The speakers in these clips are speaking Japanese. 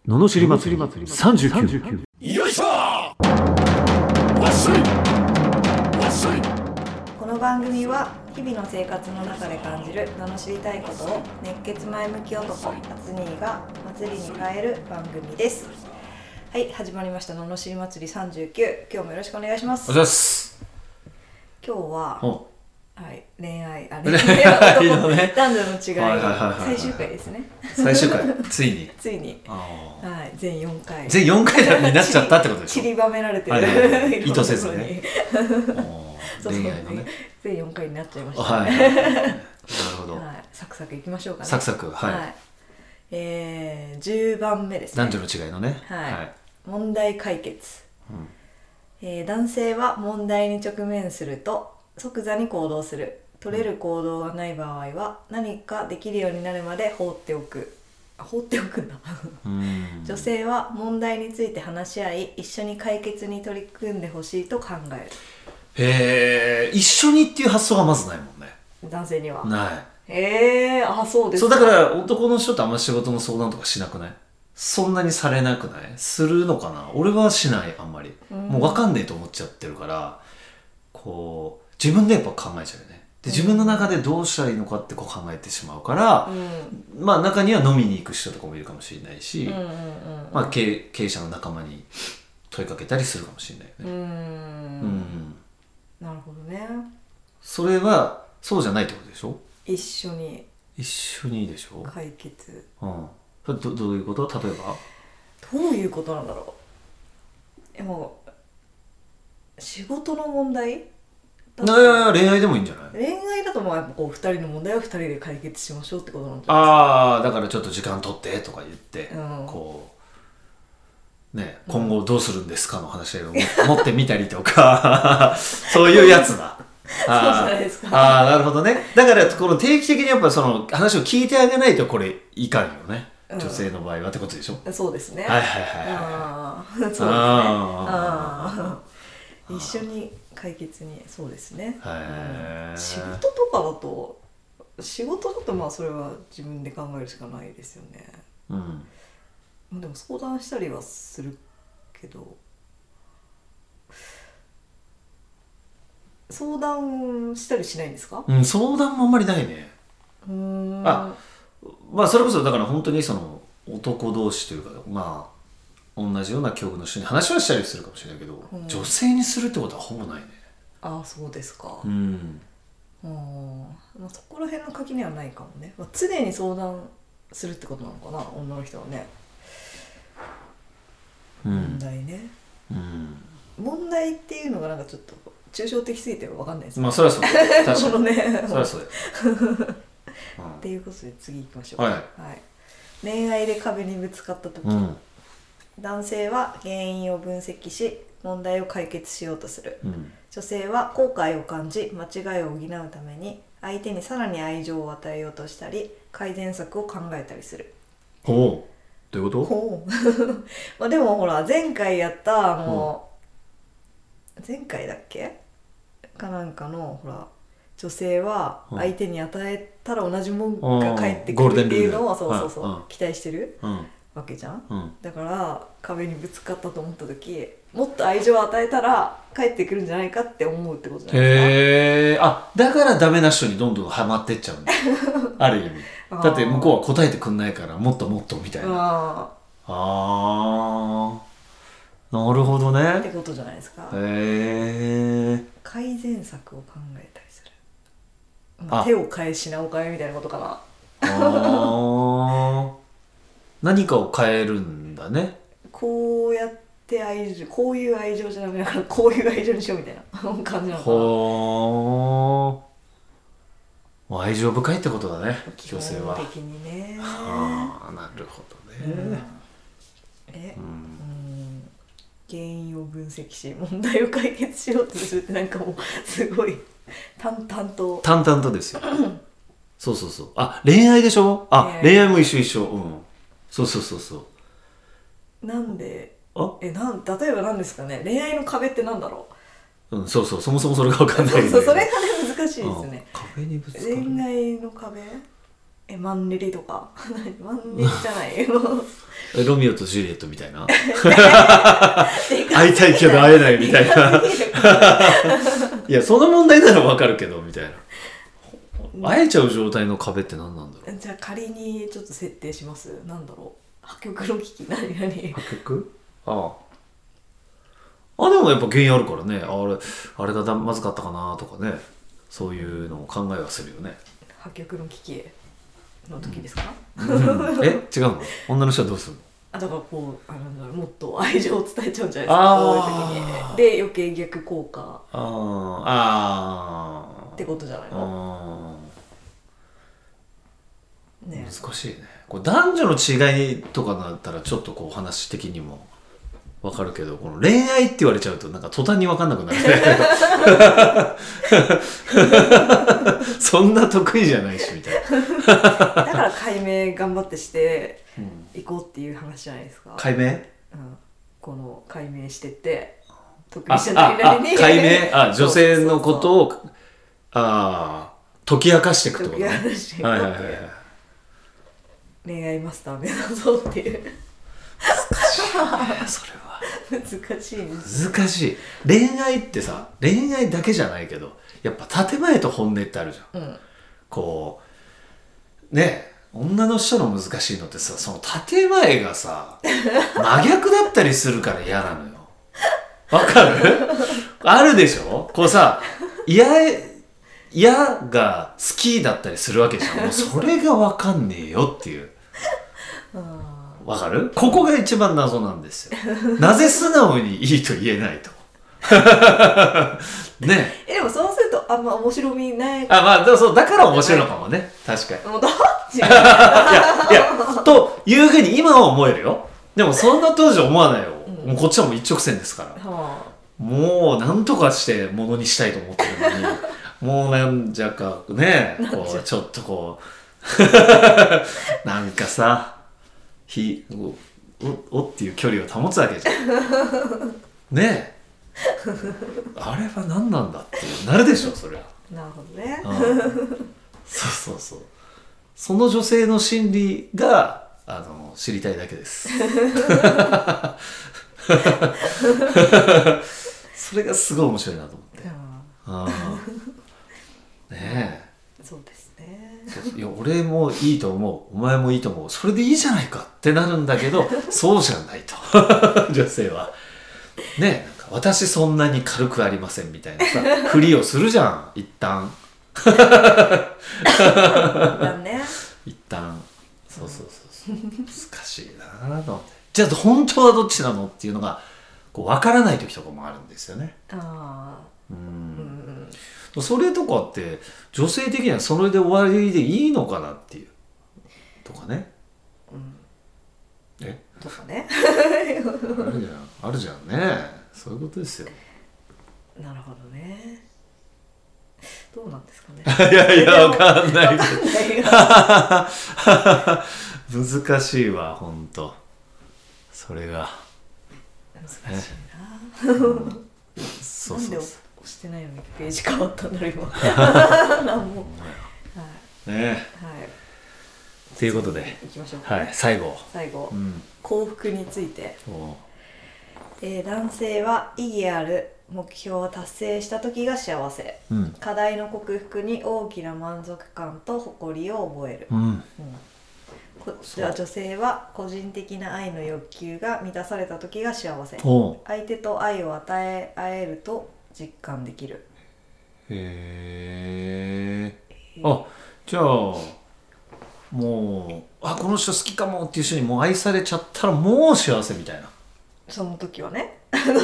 ののしり祭り39。 よいしょわっしょいわっしょい。 この番組は日々の生活の中で感じる名の知りたいことを熱血前向き男アツニーが祭りに変える番組です。はい、始まりましたののしり祭り39。今日もよろしくお願いします。 お願いします。 今日ははい、恋愛のね、 男女の違い、最終回ですね。 最終回ついについに、はい、全4回全4回になっちゃったってことでしょ。 散りばめられてる、 意図せずね。 そう恋愛のね、 全4回になっちゃいましたね。なるほど。 サクサクいきましょうかね。 サクサク、はい。 10番目ですね。 男女の違いのね。 はい。問題解決。男性は問題に直面すると即座に行動する。取れる行動がない場合は何かできるようになるまで放っておく。放っておくんだ。女性は問題について話し合い、一緒に解決に取り組んでほしいと考える。 一緒にっていう発想がまずないもんね。 男性にはない。 そうですか。 そうだから男の人ってあんま仕事の相談とかしなくない？そんなにされなくない？するのかな？俺はしない、あんまり。もう分かんねえと思っちゃってるから、こう自分でやっぱ考えちゃうよね。で、自分の中でどうしたらいいのかってこう考えてしまうから、まあ中には飲みに行く人とかもいるかもしれないし、まあ経営者の仲間に問いかけたりするかもしれないよね。 なるほどね。 それはそうじゃないってことでしょ？ 一緒にでしょ？ 解決。 それどういうこと？例えばどういうことなんだろう。もう仕事の問題？いや恋愛でもいいんじゃない？ 恋愛だともうやっぱこう2人の問題を2人で解決しましょうってことなんじゃないですか。 だからちょっと時間取ってとか言って、こうね、今後どうするんですかの話を持ってみたりとかそういうやつだ。 そうじゃないですか。 なるほどね。だからこの定期的にやっぱその話を聞いてあげないとこれいかんよね。女性の場合はってことでしょ。 そうですね。そうですね。一緒に解決に、そうですね。仕事とかだとまあそれは自分で考えるしかないですよね。でも相談したりはするけど、相談したりしないんですか？ 相談もあんまりないね。まあそれこそだから本当にその男同士というか、まあ同じような境遇の人に話はしたりするかもしれないけど、女性にするってことはほぼないね。 そうですか。まあ、そこら辺の垣根はないかもね。常に相談するってことなのかな、女の人はね。問題ね。問題っていうのがなんかちょっと抽象的すぎて分かんないですね。 まあそれはそうだ。確かにね。 それはそうだよ。 っていうことで次行きましょう。恋愛で壁にぶつかった時、男性は原因を分析し問題を解決しようとする。女性は後悔を感じ間違いを補うために相手にさらに愛情を与えようとしたり改善策を考えたりする。 どういうこと？ まあでもほら前回やった前回だっけかなんかのほら女性は相手に与えたら同じもんが返ってくるっていうのをそう期待してるわけじゃん。だから壁にぶつかったと思った時、もっと愛情を与えたら返ってくるんじゃないかって思うってことじゃないですか。 だからダメな人にどんどんハマってっちゃうんだある意味。だって向こうは答えてくんないからもっともっとみたいな。なるほどねってことじゃないですか。改善策を考えたりする。手を変え品を変えみたいなことかな。 何かを変えるんだね。 こうやって愛情、こういう愛情じゃダメだからこういう愛情にしようみたいな感じなのかな。 愛情深いってことだね、女性は。 基本的にね。 なるほどね。 原因を分析し問題を解決しようとするってなんかもうすごい淡々とですよ。そう。恋愛でしょ？恋愛も一緒。そうなんで例えば何ですかね。恋愛の壁ってなんだろう。そもそもそれが分かんない。 それがね難しいですよね。 壁にぶつかる。 恋愛の壁マンネリとかマンネリじゃないよロミオとジュリエットみたいな会いたいけど会えないみたいないやその問題ならわかるけどみたいな会えちゃう状態の壁って何なんだろう。 じゃあ仮にちょっと設定します。なんだろう、破局の危機何々 破局。でもやっぱ原因あるからね。あれがまずかったかなとかね、そういうのを考えはするよね。 破局の危機の時ですか、 違うの。女の人はどうするの。 だからこうもっと愛情を伝えちゃうんじゃないですか、こういう時に。で余計逆効果ってことじゃないの。ね、 難しいね。これ男女の違いとかだったらちょっとこう話的にもわかるけど、この恋愛って言われちゃうとなんか途端にわかんなくなるねそんな得意じゃないしみたいなだから解明頑張ってしていこうっていう話じゃないですか。 解明、 この解明してって得意じゃないなりに解明女性のことを解き明かしていくってことね。 解き明かしていこうっていう、恋愛マスター目指そうっていう難しいねそれは。 難しいんです。 難しい。恋愛ってさ、恋愛だけじゃないけどやっぱ建前と本音ってあるじゃん、こうね、女の人の難しいのってさ、その建前がさ真逆だったりするから嫌なのよ。わかるあるでしょ。こうさ、嫌が好きだったりするわけじゃん。もうそれがわかんねえよっていうわかる。ここが一番謎なんですよ。なぜ素直にいいと言えないとね。 でもそうするとあんま面白みない。 そうだから面白いのかもね。確かに。 もうどっちいやというふうに今は思えるよ。でもそんな当時は思わないよ、もうこっちはもう一直線ですから、もうなんとかしてものにしたいと思ってるのにもうなんじゃかね、こうちょっとこうなんかさおっていう距離を保つわけじゃんねえあれは何なんだってなるでしょそれは。 なるほどねそうその女性の心理が知りたいだけですそれがすごい面白いなと思ってねえ。 そうですね。 いや俺もいいと思う、お前もいいと思う、それでいいじゃないかってなるんだけどそうじゃないと女性はねえ、なんか私そんなに軽くありませんみたいなさふりをするじゃん一旦ね、 一旦そう難しいなと思って。じゃあ本当はどっちなのっていうのがこう分からない時とかもあるんですよね。それとかって女性的にはそれで終わりでいいのかなっていうとかね、 とかねあるじゃんね。そういうことですよ。 なるほどね。どうなんですかね。 いや分かんない難しいわほんとそれが難しいな、 そうなんで押してないのにページ変わったんだろう今なんもねということでいきましょうか、 最後、 幸福について。男性は意義ある目標を達成した時が幸せ、課題の克服に大きな満足感と誇りを覚える、じゃあ女性は個人的な愛の欲求が満たされた時が幸せ、相手と愛を与え合えると実感できる。 じゃあもうこの人好きかもっていう人にもう愛されちゃったらもう幸せみたいな。 その時はね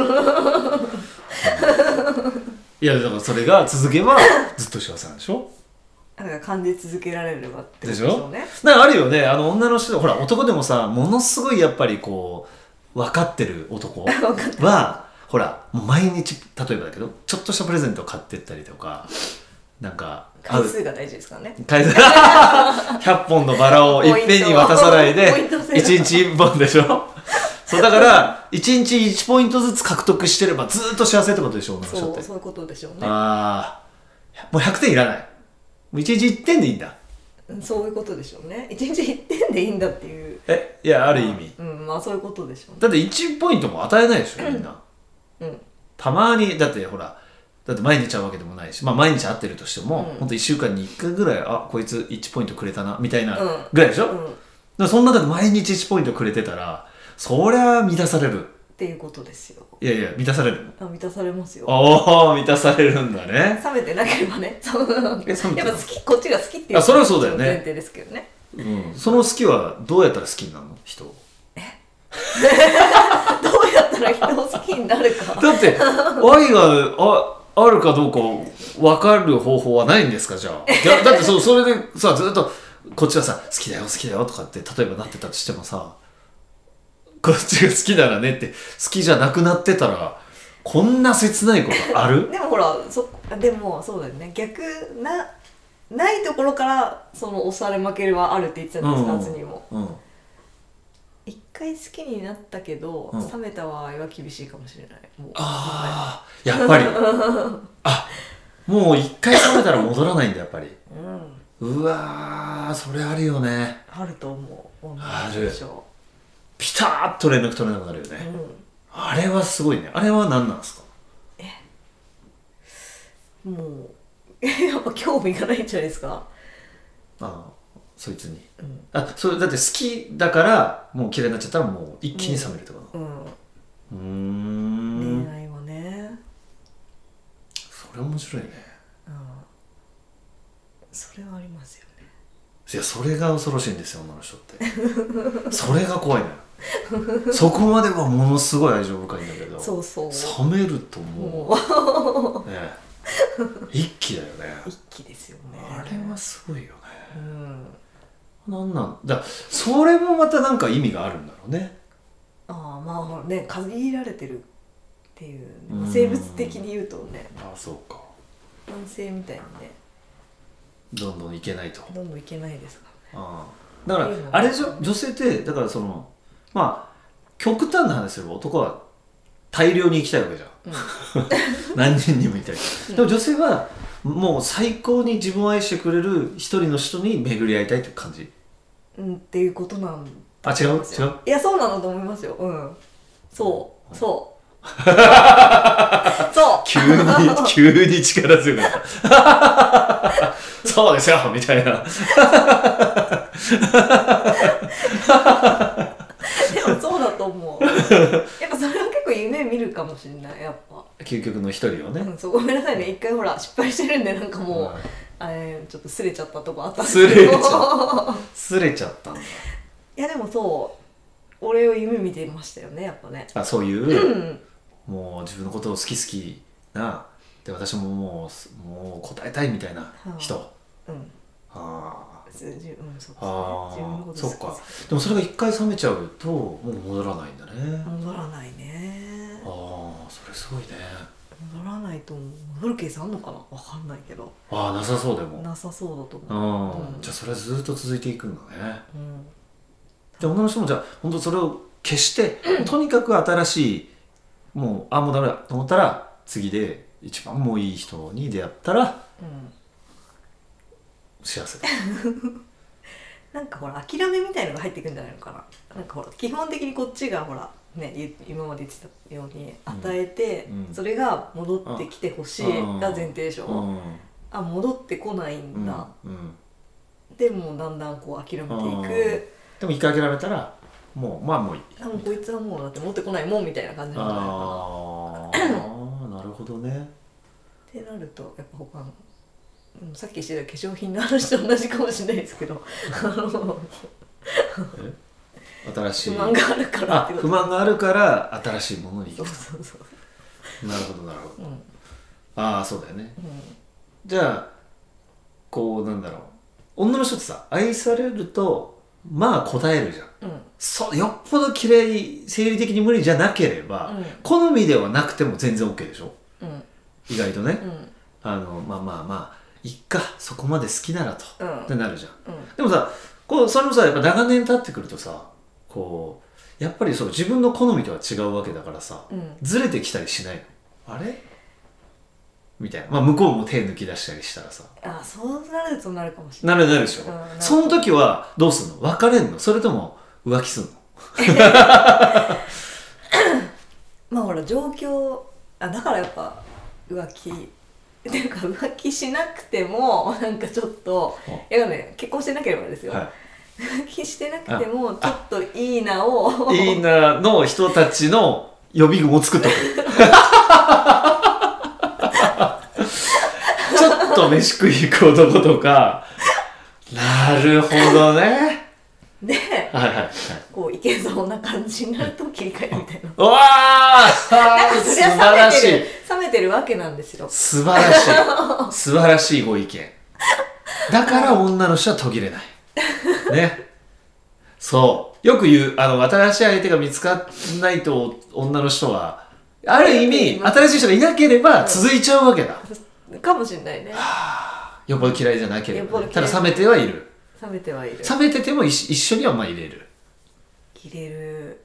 いやだからそれが続けばずっと幸せなんでしょ。 なんか感じ続けられればってことでしょうね。 だからあるよね、女の人ほら男でもさものすごいやっぱりこう分かってる男はほらもう毎日例えばだけどちょっとしたプレゼントを買ってったりとか、なんか回数が大事ですからね。 100本のバラをいっぺんに渡さないで1日1本でしょそうだから1日1ポイントずつ獲得してればずっと幸せってことでしょ女の人って。 そういうことでしょうね。 もう100点いらない、もう1日1点でいいんだ。 そういうことでしょうね。1日1点でいいんだっていう。 いやある意味、 まあそういうことでしょうね。 だって1ポイントも与えないでしょみんな、たまにだってほらだって毎日会うわけでもないし、まあ毎日会ってるとしても、ほんと1週間に1回ぐらいこいつ1ポイントくれたなみたいなぐらいでしょ、だからその中で毎日1ポイントくれてたらそりゃ満たされるっていうことですよ。 いやいや満たされる満たされますよ。 おお満たされるんだね。 冷めてなければね。やっぱ冷めて好き、こっちが好きっていうそれはそうだよね前提ですけどね。 その好きはどうやったら好きになるの人をどうやったら人を好きになるか。 だって愛があるかどうか分かる方法はないんですかじゃあだってそれでさずっとこっちはさ好きだよ好きだよとかって例えばなってたとしてもさこっちが好きならねって好きじゃなくなってたらこんな切ないことあるでもほらでもそうだよね、逆ないところからその押され負けはあるって言ってたんです、夏にも。一回好きになったけど、冷めた場合は厳しいかもしれない。もうやっぱりもう一回冷めたら戻らないんだやっぱり。うわーそれあるよね。 あると思う。 ある。ピターッと連絡取れなくなるよね、あれはすごいね。あれは何なんですか？ もうやっぱ興味がないんじゃないですか。 そいつに、それだって好きだからもう嫌いになっちゃったらもう一気に冷めるってこと？恋愛はね。 それ面白いね。 それはありますよね。 いやそれが恐ろしいんですよ女の人ってそれが怖いのよそこまではものすごい愛情深いんだけど冷めるともう、一気だよね。 一気ですよね。 あれはすごいよね。なんだそれもまたなんか意味があるんだろうね。 まあね、限られてるっていう、生物的に言うとね。 そうか。 男性みたいにねどんどんいけないと。 どんどんいけないですか。 だからあれでしょ、女性ってだからそのまあ極端な話すれば男は大量に行きたいわけじゃん、何人にもいたいでも女性はもう最高に自分を愛してくれる一人の人に巡り合いたいっていう感じ、 っていうことなん違ういやそうなんだと思いますよ。そう急に力強くなったそうですよみたいなでもそうだと思うやっぱそれは結構夢見るかもしれない。やっぱ究極の一人をね、 ごめんなさいね、一回ほら失敗してるんでなんかもう、ちょっとすれちゃったとこあったんですけどすれちゃったんだ。いやでも俺を夢見てましたよねやっぱね。 そういう、もう自分のことを好きなで私ももう答えたいみたいな人、そっか。でもそれが一回冷めちゃうともう戻らないんだね。 戻らないね。 それすごいね。 戻らないと戻るケースあんのかな、わかんないけど。 なさそう。でもなさそうだと思う。 じゃあそれはずっと続いていくんだね。で女の人もじゃあ本当それを消してとにかく新しいもうダメだと思ったら次で一番もういい人に出会ったら、幸せだなんかほら諦めみたいのが入ってくんじゃないのかな。なんかほら基本的にこっちがほらね今まで言ってたように与えて、それが戻ってきてほしいが前提でしょ。戻ってこないんだ、でもだんだんこう諦めていく。 でも一回諦めたらもうもういい。 こいつはもうだって持ってこないもんみたいな感じなんじゃないかな。なるほどね。 ってなるとやっぱ他のさっきしてた化粧品の話と同じかもしれないですけど新しい不満があるからってこと。 不満があるから新しいものに行く。なるほど、そうだよね、じゃあこうなんだろう、女の人ってさ愛されると答えるじゃん、よっぽど綺麗生理的に無理じゃなければ、好みではなくても全然 OK でしょ、意外とね、いっかそこまで好きならと、ってなるじゃん、でもさそれもさやっぱ長年経ってくるとさやっぱり自分の好みとは違うわけだからさ、ずれてきたりしないの？あれみたいな、まあ向こうも手抜き出したりしたらさ、 あ、そうなるとなるかもしれない。 なるでしょ、その時はどうすんの？別れんの？それとも浮気すんの？ まあほら状況、だからやっぱ浮気っていうか、浮気しなくてもなんかちょっと、いやね、結婚してなければですよ、 はい、 浮気してなくてもちょっといいなをいいなの人たちの予備軍を作っとく。ちょっと飯食い行く男とか。なるほどね。 で、 はいはいはい、 こういけそうな感じになると切り替えるみたいな。 うわー、素晴らしい。 冷めてるわけなんですよ。 素晴らしい。素晴らしいご意見。だから女の人は途切れない。ね。そう。よく言う、新しい相手が見つかんないと女の人は、ある意味、新しい人がいなければ続いちゃうわけだ。 かもしれないね。 よっぽど嫌いじゃなければ、ね。ただ冷めてはいる。 冷めてはいる。 冷めてても一緒にはまあ入れる。 入れる。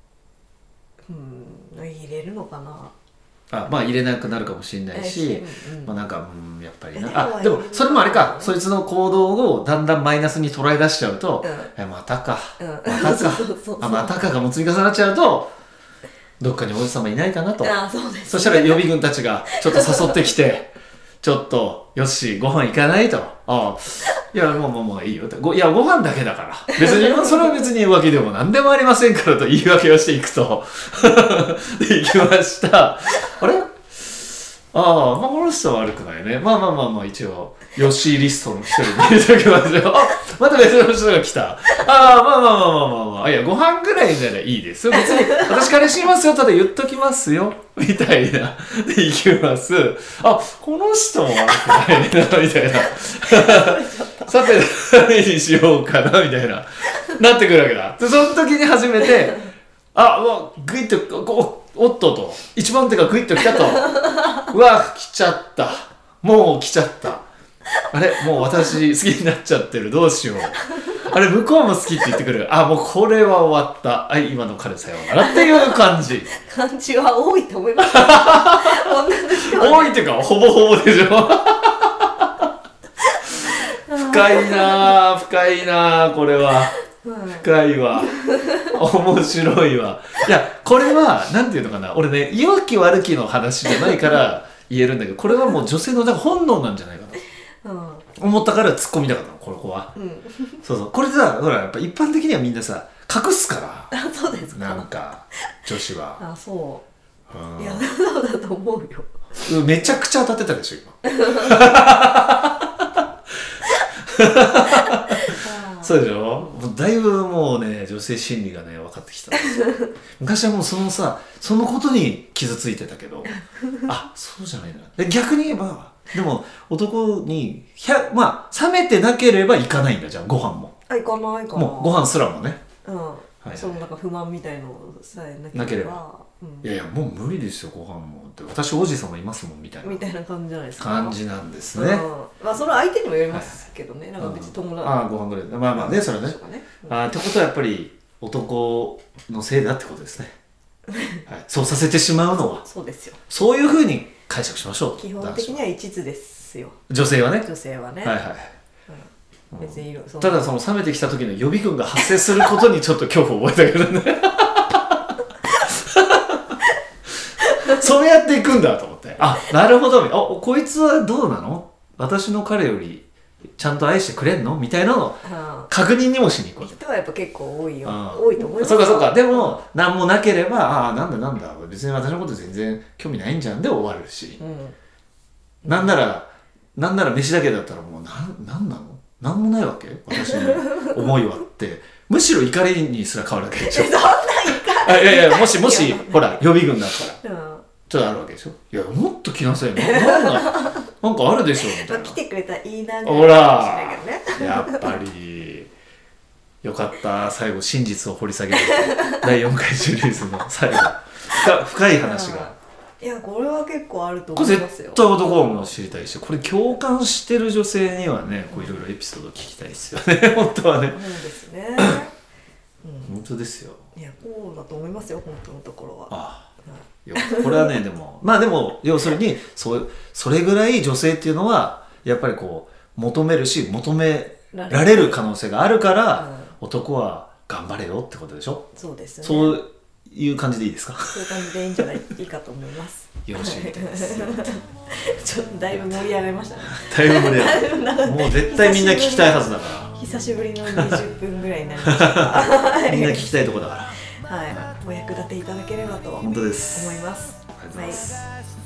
入れるのかな。 まあ入れなくなるかもしれないし、まあなんかやっぱりな。でもそれもあれか、そいつの行動をだんだんマイナスに捉え出しちゃうと、またか、またかがもう積み重なっちゃうと、どっかに王子様いないかなと。そしたら予備軍たちがちょっと誘ってきて、ちょっとよしご飯行かないと。いやもういいよって。いやご飯だけだから。別にそれは別に浮気でも何でもありませんからと言い訳をしていくと。で行きました。あれ？まあこの人は悪くないね。まあ一応ヨッシーリストの一人に入れておきましょう。また別の人が来た。まあいやご飯ぐらいならいいですよ。別に私彼氏いますよ。ただ言っときますよみたいな。で行きます。この人も悪くないねみたいな。さて何にしようかなみたいななってくるわけだ。でその時に初めてグイッとおっとと一番手がグイッと来たと。うわ来ちゃった。もう来ちゃった。あれもう私好きになっちゃってる。どうしよう。あれ向こうも好きって言ってくる。もうこれは終わった。今の彼さようならっていう感じ。 感じは多いと思います。女の人は、 多いっていうかほぼほぼでしょ。深いなこれは。深いわ。面白いわ。いやこれはなんていうのかな、俺ね良き悪きの話じゃないから言えるんだけど、これはもう女性の本能なんじゃないかな、思ったから突っ込みたかったのこの子は、そうこれさほらやっぱ一般的にはみんなさ隠すから。 そうですか。 なんか女子はそう、いやそうだと思うよ。 めちゃくちゃ当たってたでしょ今。そうでしょ。もうだいぶもうね女性心理がね分かってきたんですよ。昔はもうそのことに傷ついてたけど、そうじゃないな。で逆に言えばでも男にまあ冷めてなければ行かないんだ。じゃあご飯も行かないかな。 もうご飯すらもね、 そのなんか不満みたいのさえなければ、 いやもう無理ですよご飯もって、私王子様いますもんみたいな感じじゃないですか。 感じなんですね。 まあその相手にもよりますけどね。なんか別に友達ご飯ぐらいまあねそれね。ってことはやっぱり男のせいだってことですね。そうさせてしまうのはそうですよ。 そういうふうに解釈しましょう。 基本的には一途ですよ。 女性はね。 別にただその冷めてきた時の予備軍が発生することにちょっと恐怖を覚えたけどね。そうやっていくんだと思って、なるほど、こいつはどうなの、私の彼よりちゃんと愛してくれんのみたいなのを確認にもしに行こう。 人はやっぱ結構多いよ。多いと思います。 そうかでも何もなければなんだ別に私のこと全然興味ないんじゃんで終わるし、なんなら飯だけだったらもうなんなの、なんもないわけ私の思いはってむしろ怒りにすら変わるわけでしょ。そんな怒り。いやもしほら予備軍だったらちょっとあるわけでしょ。いやもっと来なさいよ。なんかあるでしょみたいな。 来てくれたらいいなぐらいほらやっぱりよかった。最後真実を掘り下げる第4回シリーズの最後深い話が。 いやこれは結構あると思いますよ。 絶対男も知りたいし、これ共感してる女性にはねいろいろエピソード聞きたいですよね。本当はね。 そうですね。 本当ですよ。 いやこうだと思いますよ本当のところは。 これはねでもまあでも要するにそれぐらい女性っていうのはやっぱりこう求めるし求められる可能性があるから、男は頑張れよってことでしょ。 そうですね。 そういう感じでいいですか。 そういう感じでいいんじゃないいいかと思います。 よろしいみたいですちょっとだいぶ盛り上がりましたね。 だいぶ盛り上がるもう絶対みんな聞きたいはずだから久しぶりの20分ぐらいになりましたみんな聞きたいところだからはい、お役立ていただければと思い本当ですます。 ありがとうございます、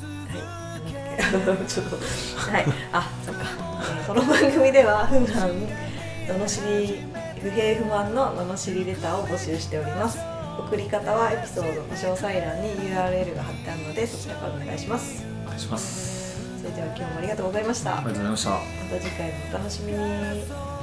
ちょっとはい、あ、そっか、この番組では普段不平不満の罵りレターを募集しております。送り方はエピソードの詳細欄に URL が貼ってあるのでそちらからお願いします。 お願いします。 それでは今日もありがとうございました。 ありがとうございました。 また次回もお楽しみに。